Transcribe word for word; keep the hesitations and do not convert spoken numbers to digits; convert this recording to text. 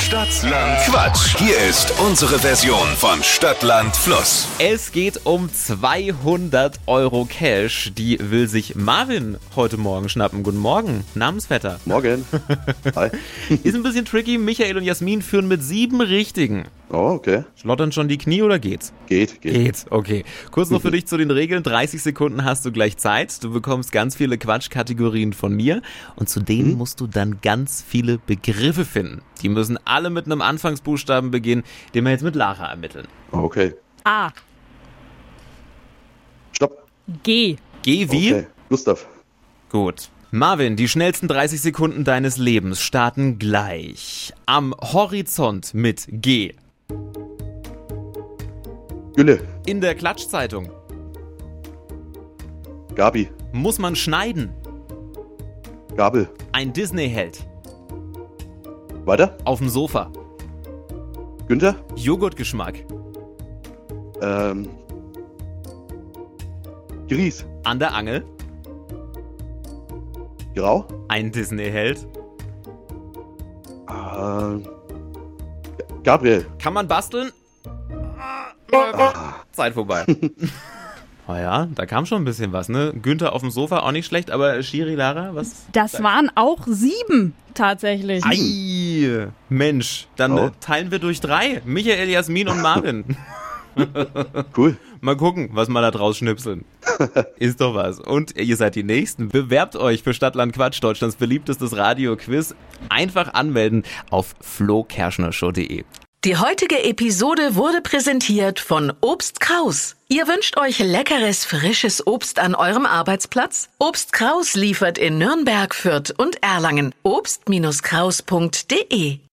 Stadtland Quatsch. Hier ist unsere Version von Stadtland Fluss. Es geht um zweihundert Euro Cash. Die will sich Marvin heute Morgen schnappen. Guten Morgen, Namensvetter. Morgen. Hi. Ist ein bisschen tricky. Michael und Jasmin führen mit sieben Richtigen. Oh, okay. Schlottern schon die Knie oder geht's? Geht, geht. Geht, okay. Kurz noch für dich zu den Regeln. dreißig Sekunden hast du gleich Zeit. Du bekommst ganz viele Quatschkategorien von mir. Und zu denen Mhm. musst du dann ganz viele Begriffe finden. Die müssen alle mit einem Anfangsbuchstaben beginnen, den wir jetzt mit Lara ermitteln. Oh, okay. A. Stopp. G. Geh wie? Okay. Gustav. Gut. Marvin, die schnellsten dreißig Sekunden deines Lebens starten gleich. Am Horizont mit G. Gülle. In der Klatschzeitung. Gabi. Muss man schneiden. Gabel. Ein Disney-Held. Weiter. Auf dem Sofa. Günther. Joghurtgeschmack. Ähm. Gries. An der Angel. Grau. Ein Disney-Held. Ähm. Gabriel. Kann man basteln? Zeit vorbei. Oh ja, da kam schon ein bisschen was, ne? Günther auf dem Sofa, auch nicht schlecht, aber Schiri, Lara, was? Das waren auch sieben tatsächlich. Ei, Mensch, dann Oh. äh, teilen wir durch drei. Michael, Jasmin und Marvin. Cool. Mal gucken, was wir da draus schnipseln. Ist doch was. Und ihr seid die Nächsten. Bewerbt euch für Stadtland Quatsch, Deutschlands beliebtestes Radio-Quiz. Einfach anmelden auf flo kerschner show punkt de. Die heutige Episode wurde präsentiert von Obst Kraus. Ihr wünscht euch leckeres, frisches Obst an eurem Arbeitsplatz? Obst Kraus liefert in Nürnberg, Fürth und Erlangen. obst Kraus punkt de